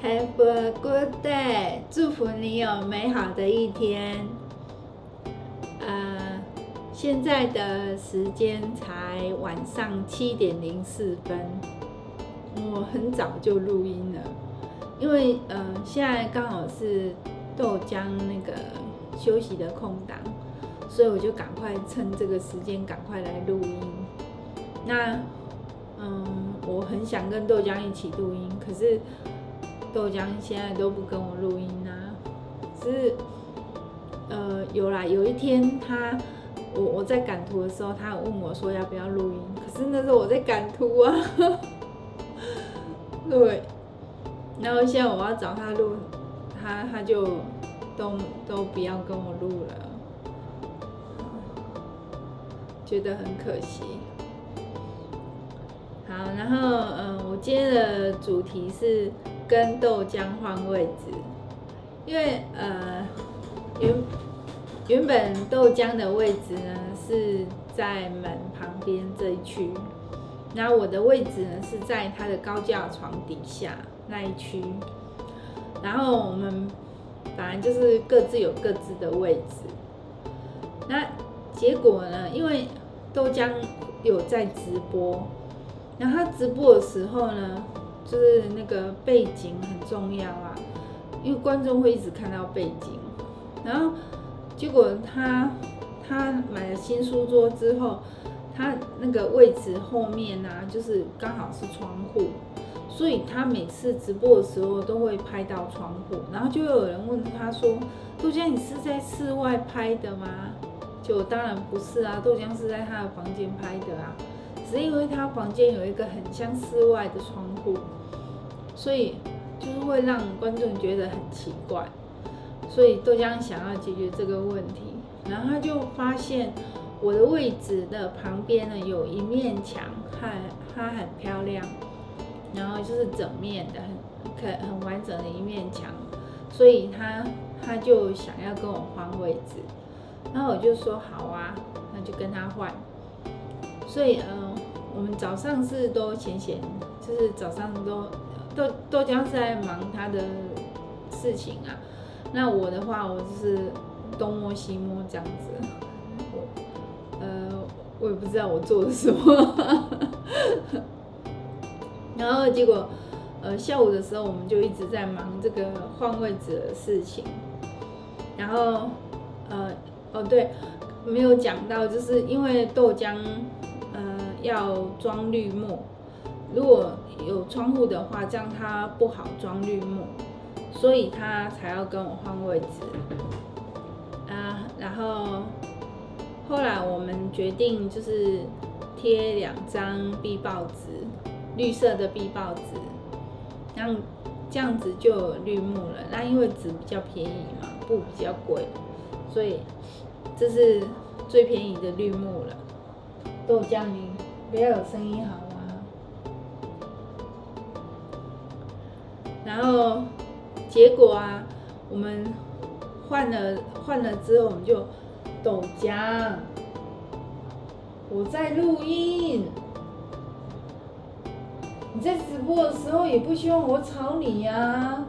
Have a good day， 祝福你有美好的一天。现在的时间才晚上7:04，我很早就录音了，因为现在刚好是豆浆那个休息的空档，所以我就赶快趁这个时间赶快来录音。那我很想跟豆浆一起录音，可是豆浆现在都不跟我录音啊。是有一天我在赶图的时候，他问我说要不要录音，可是那时候我在赶图啊，对。然后现在我要找他录，他就都不要跟我录了，觉得很可惜。好，然后我今天的主题是跟豆浆换位置，因为原本豆浆的位置呢是在门旁边这一区，然后我的位置呢是在他的高架床底下那一区，然后我们本来就是各自有各自的位置。那结果呢，因为豆浆有在直播，然后他直播的时候呢，就是那个背景很重要啊，因为观众会一直看到背景。然后结果他买了新书桌之后，他那个位置后面啊，就是刚好是窗户，所以他每次直播的时候都会拍到窗户。然后就有人问他说：“豆浆，你是在室外拍的吗？”就当然不是啊，豆浆是在他的房间拍的啊。只是因为他房间有一个很像室外的窗户，所以就是会让观众觉得很奇怪。所以豆浆想要解决这个问题，然后他就发现我的位置的旁边呢有一面墙，它很漂亮，然后就是整面的很完整的一面墙，所以他就想要跟我换位置，然后我就说好啊，那就跟他换。所以我们早上是都闲，就是早上豆浆是在忙他的事情啊。那我的话，我就是东摸西摸这样子。我也不知道我做了什么。然后结果下午的时候，我们就一直在忙这个换位置的事情。然后对，没有讲到，就是因为豆浆要装绿幕，如果有窗户的话，这样它不好装绿幕，所以他才要跟我换位置啊。然后后来我们决定就是贴2张壁报纸，绿色的壁报纸，让这样子就有绿幕了。那因为纸比较便宜嘛，布比较贵，所以这是最便宜的绿幕了。豆浆，你不要有声音好吗？然后结果啊，我们换了之后，我们就豆浆，我在录音，你在直播的时候也不希望我吵你啊。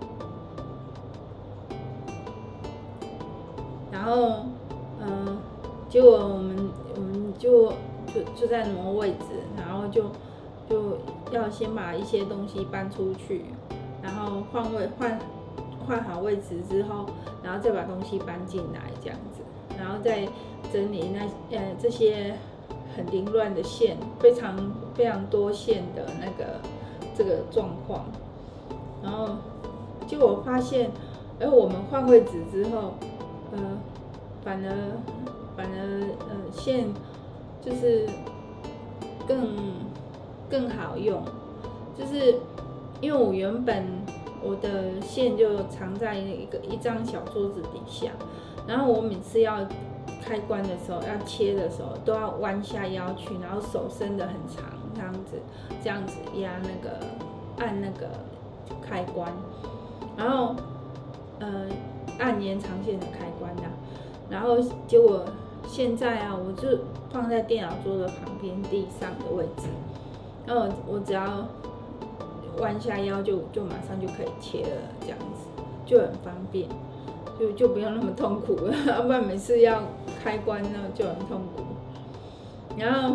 然后结果我们就在挪位置，然后就要先把一些东西搬出去，然后换好位置之后，然后再把东西搬进来这样子，然后再整理这些很凌乱的线，非常非常多线的这个状况。然后结果我发现，我们换位置之后，反而线就是更好用，就是因为我原本我的线就藏在一张小桌子底下，然后我每次要开关的时候，要切的时候，都要弯下腰去，然后手伸得很长，这样子压按那个开关，然后按延长线的开关啊，然后结果现在啊，我就放在电脑桌的旁边地上的位置，然后我只要弯下腰就马上就可以切了，这样子就很方便，就不用那么痛苦了，要不然每次要开关呢就很痛苦。然后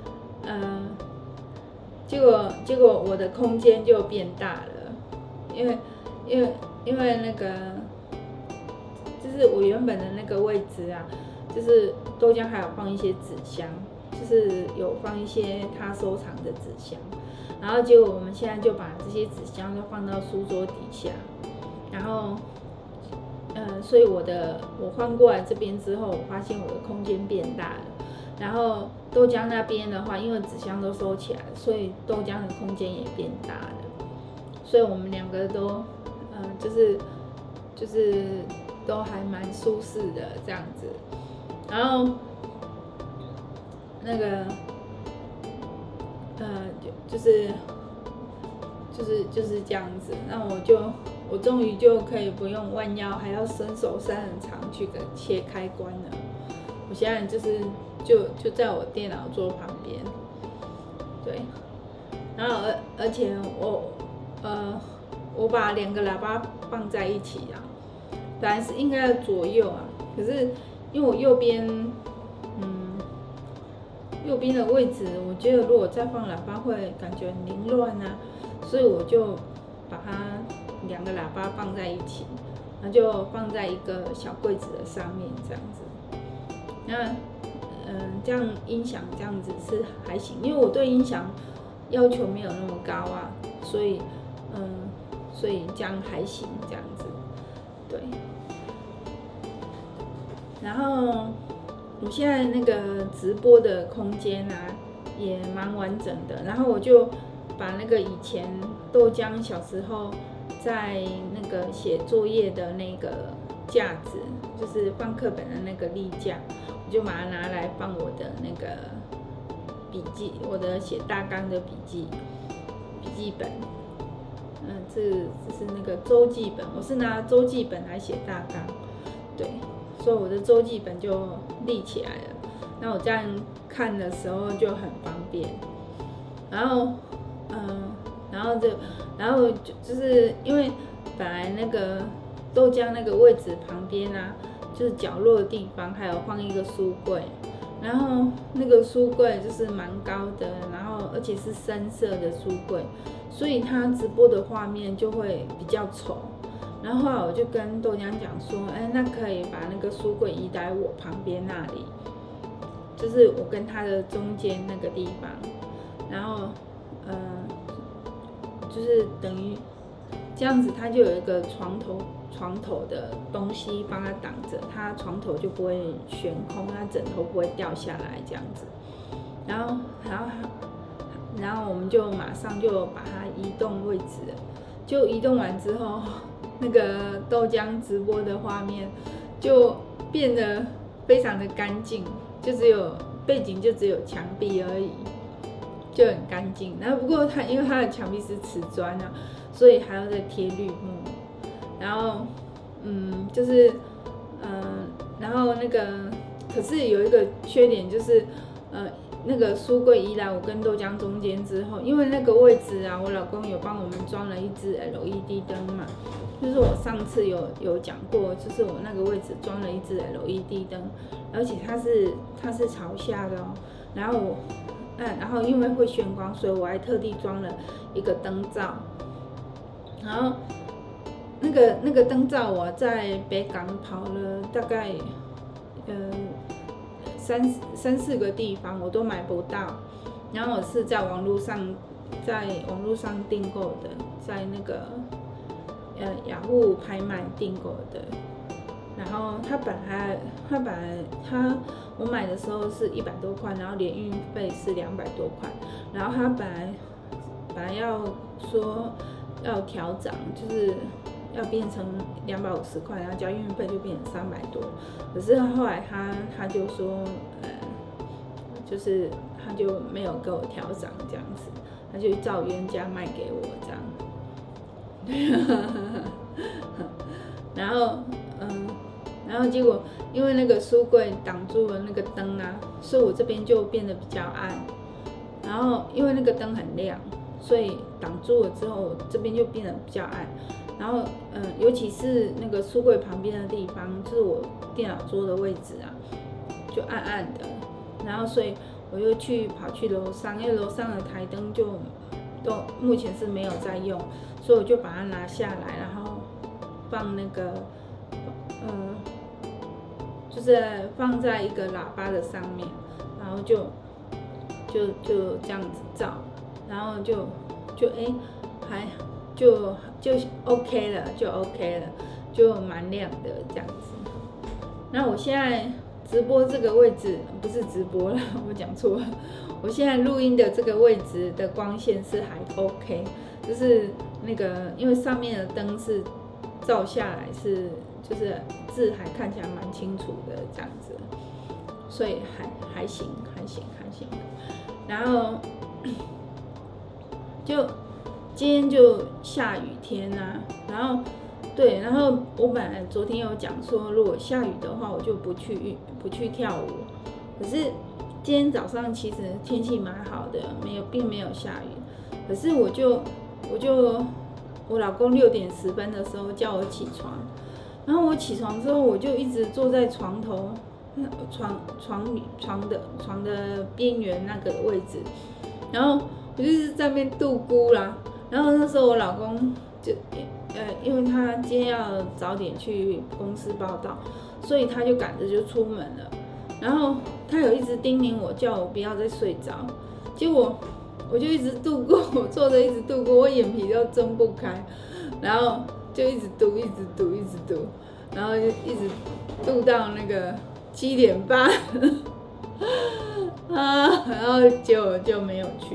结果我的空间就变大了，因为那个就是我原本的那个位置啊，就是豆浆还有放一些纸箱，就是有放一些他收藏的纸箱，然后结果我们现在就把这些纸箱都放到书桌底下，然后所以我换过来这边之后，我发现我的空间变大了。然后豆浆那边的话，因为纸箱都收起来了，所以豆浆的空间也变大了。所以我们两个都就是都还蛮舒适的这样子。然后那个就是这样子。那我终于就可以不用弯腰，还要伸手伸很长去切开关了。我现在就在我电脑桌旁边，对，然后而且我把2个喇叭放在一起啊，本来是应该要左右啊，可是因为我右边的位置，我觉得如果再放喇叭会感觉很凌乱啊，所以我就把它2个喇叭放在一起，然后就放在一个小柜子的上面这样子。那这样音响这样子是还行，因为我对音响要求没有那么高啊，所以这样还行这样子，对。然后我现在那个直播的空间啊也蛮完整的，然后我就把那个以前豆浆小时候在那个写作业的那个架子，就是放课本的那个立架，我就把它拿来放我的那个笔记，我的写大纲的笔记本。这是那个周记本，我是拿周记本来写大纲，对，所以我的周记本就立起来了。那我这样看的时候就很方便。然后就是因为本来那个豆浆那个位置旁边啊，就是角落的地方，还有放一个书柜，然后那个书柜就是蛮高的，然后而且是深色的书柜，所以它直播的画面就会比较丑。然后后来我就跟豆浆讲说，那可以把那个书柜移在我旁边那里，就是我跟它的中间那个地方，然后就是等于这样子，它就有一个床头的东西帮它挡着，它床头就不会悬空，它枕头不会掉下来这样子。然后我们就马上就把它移动位置了，就移动完之后，那个豆浆直播的画面就变得非常的干净，就只有背景就只有墙壁而已，就很干净。然后不过因为它的墙壁是瓷砖啊，所以还要再贴绿幕。然后然后那个可是有一个缺点就是那个书柜移来我跟豆浆中间之后，因为那个位置啊，我老公有帮我们装了一支 LED 灯嘛，就是我上次有讲过，就是我那个位置装了一支 LED 灯，而且它是朝下的哦。然后因为会眩光，所以我还特地装了一个灯罩。然后那个灯罩我在北港跑了大概三四个地方我都买不到，然后我是在网络上订购的，在那个雅虎拍卖订购的。然后我买的时候是100多块，然后连运费是200多块，然后他本来要说要调涨，就是要变成250块，然后交运费就变成300多。可是后来他就说，就是他就没有给我调涨这样子，他就照原价卖给我这样。然后结果因为那个书柜挡住了那个灯啊，所以我这边就变得比较暗。然后因为那个灯很亮， 所以挡住了之后，我这边就变得比较暗。然后尤其是那个书柜旁边的地方，就是我电脑桌的位置啊，就暗暗的。然后所以我又跑去楼上，因为楼上的台灯就都目前是没有在用，所以我就把它拿下来，然后放那个就是放在一个喇叭的上面，然后就这样子照，然后就OK 了，就蛮亮的这样子。那我现在直播这个位置不是直播了，我讲错了。我现在录音的这个位置的光线是还 OK， 就是那个因为上面的灯是照下来就是字还看起来蛮清楚的这样子，所以还行。然后就今天就下雨天啊，然后我本来昨天有讲说，如果下雨的话，我就不去跳舞。可是今天早上其实天气蛮好的，并没有下雨。可是我老公6点10分的时候叫我起床，然后我起床之后，我就一直坐在床头，床的边缘那个位置，然后我就是在那边度孤啦。然后那时候我老公就因为他今天要早点去公司报到，所以他就赶着就出门了。然后他有一直叮咛我，叫我不要再睡着。结果我就一直度过，我坐着一直度过，我眼皮都睁不开，然后就一直读，然后就一直度到那个7点半啊，然后结果就没有去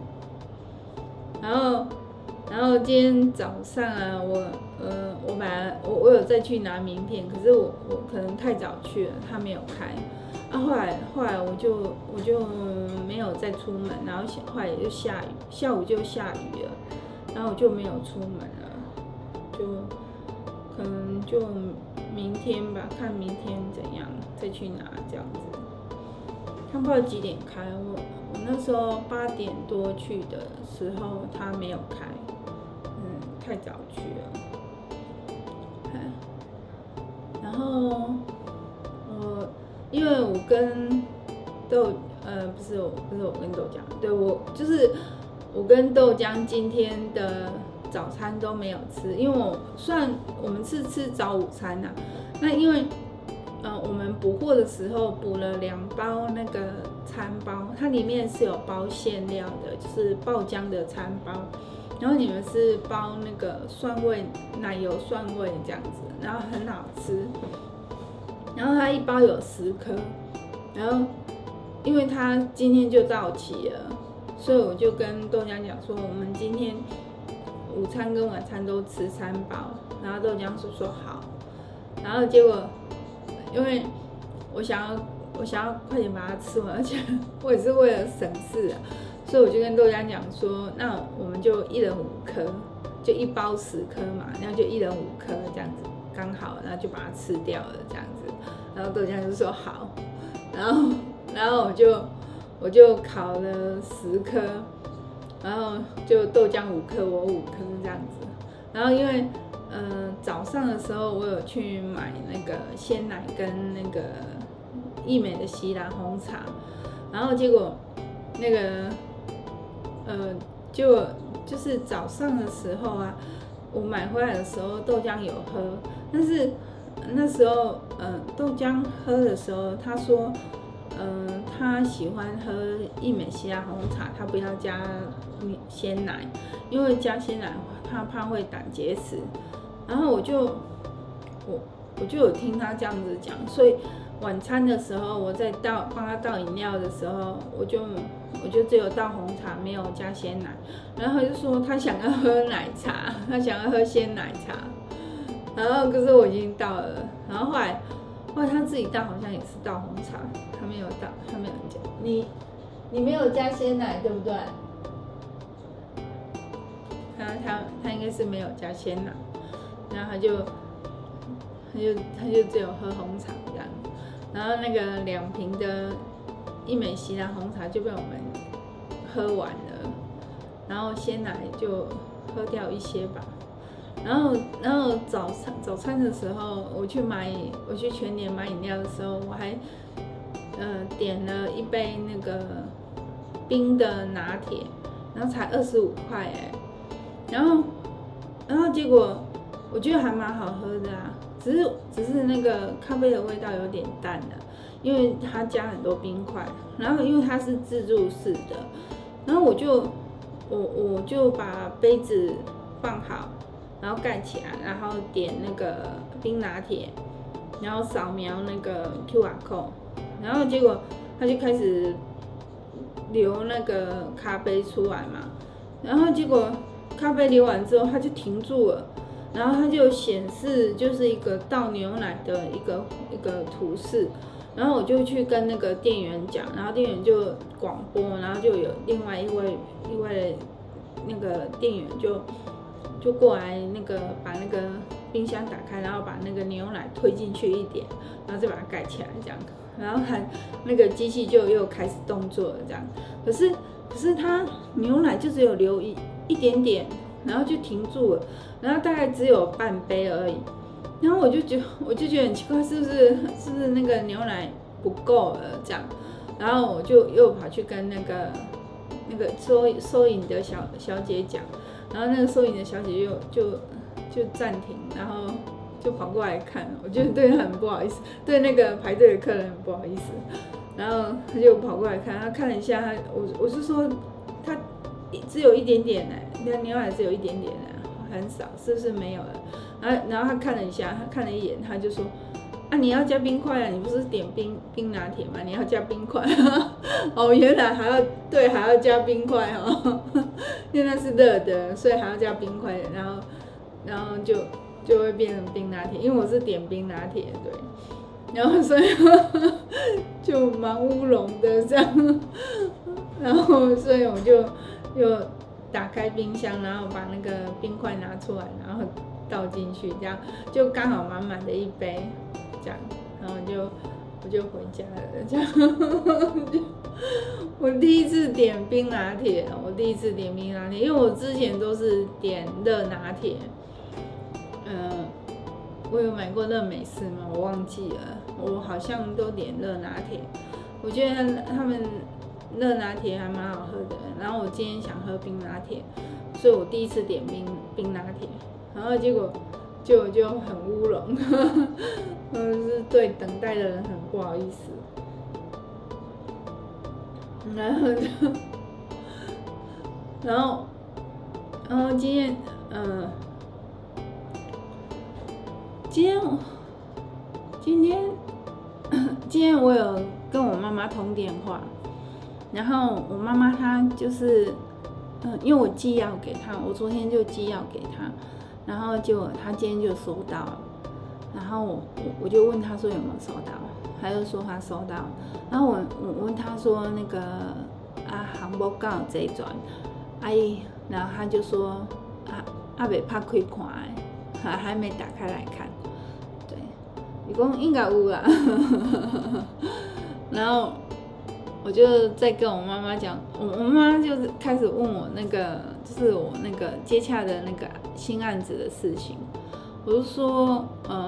了。然后今天早上啊，我有再去拿名片，可是我可能太早去了，他没有开。后来我就没有再出门，然后后来也就下雨，下午就下雨了，然后我就没有出门了，就可能就明天吧，看明天怎样再去拿这样子。他不知道几点开，我那时候8点多去的时候他没有开，太早去了。然后因为我跟不是我跟豆浆，对，我跟豆浆今天的早餐都没有吃，因为虽然我们是吃早午餐啊，那因为我们补货的时候补了2包那个餐包，它里面是有包馅料的，就是爆浆的餐包，然后你们是包那个奶油蒜味这样子，然后很好吃。然后它1包有10颗，然后因为它今天就到期了，所以我就跟豆浆讲说，我们今天午餐跟晚餐都吃3包，然后豆浆说好，然后结果因为我想要快点把它吃完，而且我也是为了省事啊，所以我就跟豆浆讲说，那我们就1人5颗，就1包10颗嘛，然后就1人5颗这样子刚好，然后就把它吃掉了这样子。然后豆浆就说好，然后我就烤了10颗，然后就豆浆5颗，我5颗这样子。然后因为早上的时候我有去买那个鲜奶跟那个益美的锡兰红茶，然后结果那个就是早上的时候啊，我买回来的时候豆浆有喝，但是那时候豆浆喝的时候，他说他喜欢喝益美锡兰红茶，他不要加鲜奶，因为加鲜奶他怕会胆结石。然后我就有听他这样子讲，所以晚餐的时候我在帮他倒饮料的时候，我就只有倒红茶，没有加鲜奶。然后他就说他想要喝奶茶，他想要喝鲜奶茶。然后可是我已经倒了，然后后来他自己倒好像也是倒红茶，他没有加。你没有加鲜奶对不对？他应该是没有加鲜奶，然后他就只有喝红茶这样，然后那个2瓶的益美锡兰红茶就被我们喝完了， 然后鲜奶就喝掉一些吧。然后早餐的时候，我去全联买饮料的时候，我还点了一杯那个冰的拿铁，然后才25块哎，然后结果我觉得还蛮好喝的啊，只是那个咖啡的味道有点淡了，因为它加很多冰块，然后因为它是自助式的，然后我就把杯子放好，然后盖起来，然后点那个冰拿铁，然后扫描那个 QR code， 然后结果它就开始流那个咖啡出来嘛，然后结果咖啡流完之后它就停住了，然后它就显示就是一个倒牛奶的一个图示，然后我就去跟那个店员讲，然后店员就广播，然后就有另外一位那个店员就过来那个把那个冰箱打开，然后把那个牛奶推进去一点，然后再把它盖起来这样，然后那个机器就又开始动作了这样。可是它牛奶就只有流一点点，然后就停住了，然后大概只有半杯而已。然后我就觉得很奇怪，是不是那个牛奶不够了这样？然后我就又跑去跟那个收银的小姐讲，然后那个收银的小姐就暂停，然后就跑过来看，我觉得对她很不好意思，对那个排队的客人很不好意思。然后他就跑过来看，他看了一下，我是说他只有一点点那牛奶只有一点点很少，是不是没有了？然后他看了一下，他看了一眼，他就说啊，你要加冰块啊，你不是点冰拿铁吗？你要加冰块哦，原来还要加冰块哦，因为那是热的，所以还要加冰块，然后就会变成冰拿铁，因为我是点冰拿铁，对。然后所以就蛮乌龙的这样，然后所以我就又打开冰箱，然后把那个冰块拿出来，然后倒进去，这样就刚好满满的一杯，这样，然后我就回家了，这样。我第一次点冰拿铁，因为我之前都是点热拿铁，我有买过热美式吗？我忘记了，我好像都点热拿铁。我觉得他们热拿铁还蛮好喝的。然后我今天想喝冰拿铁，所以我第一次点冰拿铁，然后结果就很乌龙，是对等待的人很不好意思。然后今天我有跟我妈妈通电话，然后我妈妈她就是，因为我寄药给她，我昨天就寄药给她，然后就她今天就收到了，然后我就问她说有没有收到，她就说她收到，然后我问她说那个航母刚有这一转，然后她就说没拍开看还没打开来看。你讲应该有啦，然后我就在跟我妈妈讲，我妈妈就是开始问我就是我那个接洽的那个新案子的事情，我就说，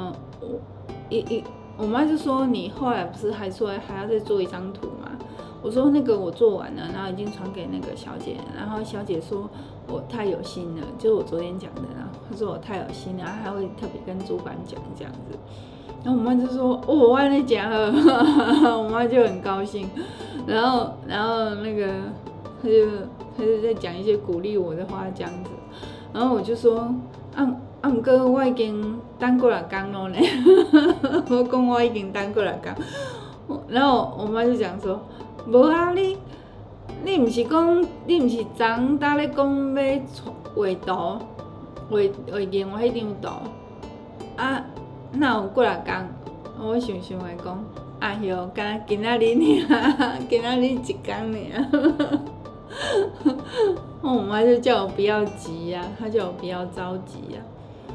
我妈就说你后来不是还说还要再做一张图吗？我说那个我做完了，然后已经传给那个小姐，然后小姐说我太有心了，就是我昨天讲的啦，她说我太有心了，还会特别跟主管讲这样子。然后我妈就说：“哦，我爱你讲了。”我妈就很高兴。然后那个她就在讲一些鼓励我的话这样子。然后我就说：“不过我已经等过6天了呢。”我讲我已经等过6天。然后我妈就讲说：“无啊，你不是讲你不是昨昏在咧讲要画图画印我迄张图啊？”哪有过6天？我想的讲，哟，敢今仔日尔，今仔日1天尔。我妈就叫我不要急呀，她叫我不要着急呀，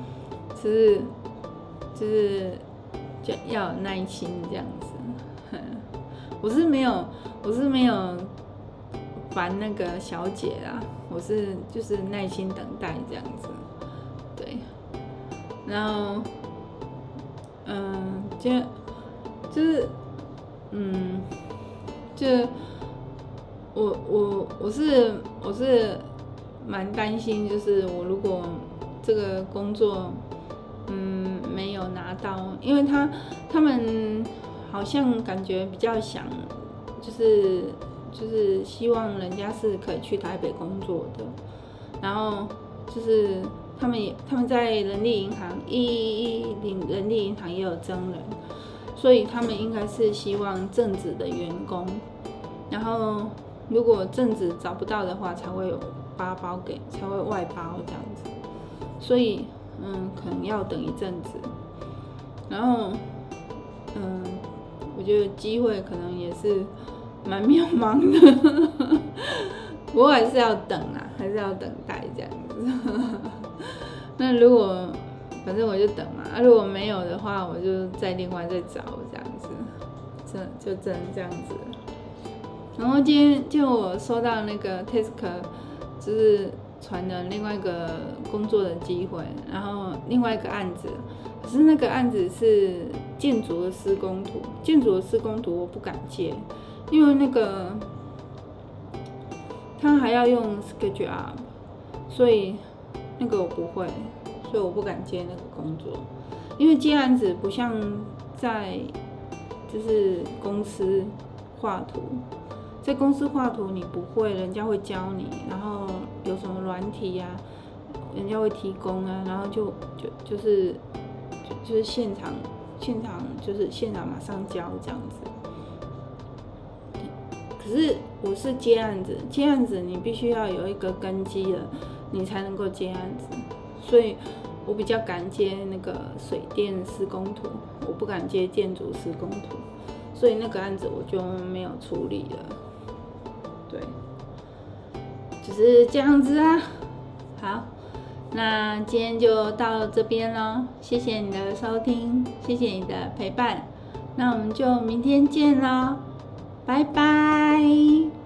就是就要有耐心这样子。我是没有烦那个小姐啦，我是就是耐心等待这样子，对，然后就是就我是蛮担心，就是我如果这个工作没有拿到，因为他们好像感觉比较想就是希望人家是可以去台北工作的，然后就是他们在人力银行人力银行也有征人，所以他们应该是希望正职的员工，然后如果正职找不到的话，才会有才会外包这样子，所以可能要等一阵子，然后我觉得机会可能也是蛮渺茫的，不过还是要等啊，还是要等待这样子。那如果反正我就等嘛，如果没有的话，我就再另外再找这样子，就真这样子。然后今天就我收到那个 Tesco 就是传的另外一个工作的机会，然后另外一个案子，可是那个案子是建筑的施工图，我不敢接，因为那个他还要用 SketchUp， 所以那个我不会，所以我不敢接那个工作，因为接案子不像在就是公司画图。在公司画图你不会，人家会教你，然后有什么软体啊，人家会提供啊，然后就是现场就是现场马上教这样子。可是我是接案子你必须要有一个根基了，你才能够接案子，所以我比较敢接那个水电施工图，我不敢接建筑施工图，所以那个案子我就没有处理了。对，就是这样子啊。好，那今天就到这边咯，谢谢你的收听，谢谢你的陪伴，那我们就明天见咯，拜拜。